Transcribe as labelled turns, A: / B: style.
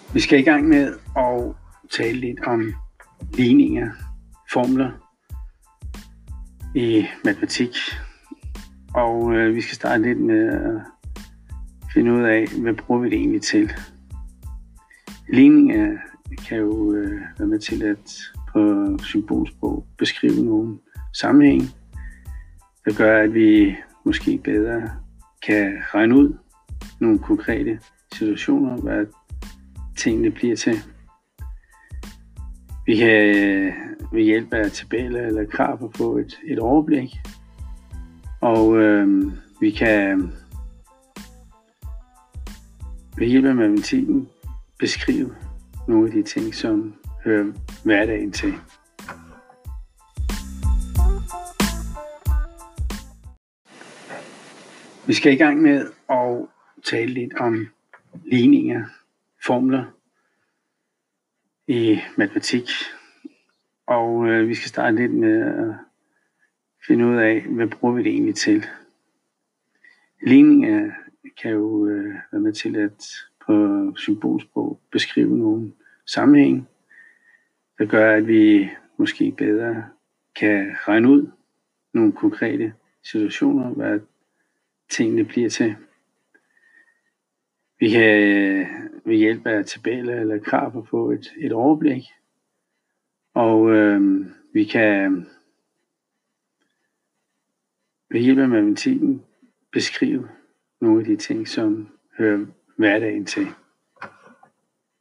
A: Vi skal i gang med at tale lidt om ligninger, formler i matematik. Og vi skal starte lidt med at finde ud af, hvad bruger vi det egentlig til. Ligninger kan jo være med til at på symbolsprog beskrive nogle sammenhæng, der gør, at vi måske bedre kan regne ud nogle konkrete situationer, hvad tingene bliver til. Vi kan ved hjælp af tabeller eller grafer få et overblik, og vi kan ved hjælp af matematikken beskrive nogle af de ting, som hører hverdagen til. Vi skal i gang med at tale lidt om ligninger, formler i matematik. Og vi skal starte lidt med at finde ud af, hvad bruger vi det egentlig til. Ligninger kan jo være med til at på symbolsprog beskrive nogle sammenhæng, der gør, at vi måske bedre kan regne ud nogle konkrete situationer, hvad tingene bliver til. Vi kan ved hjælp af tabeller eller grafer få et overblik, og vi kan ved hjælp af matematikken beskrive nogle af de ting, som hører hverdagen til.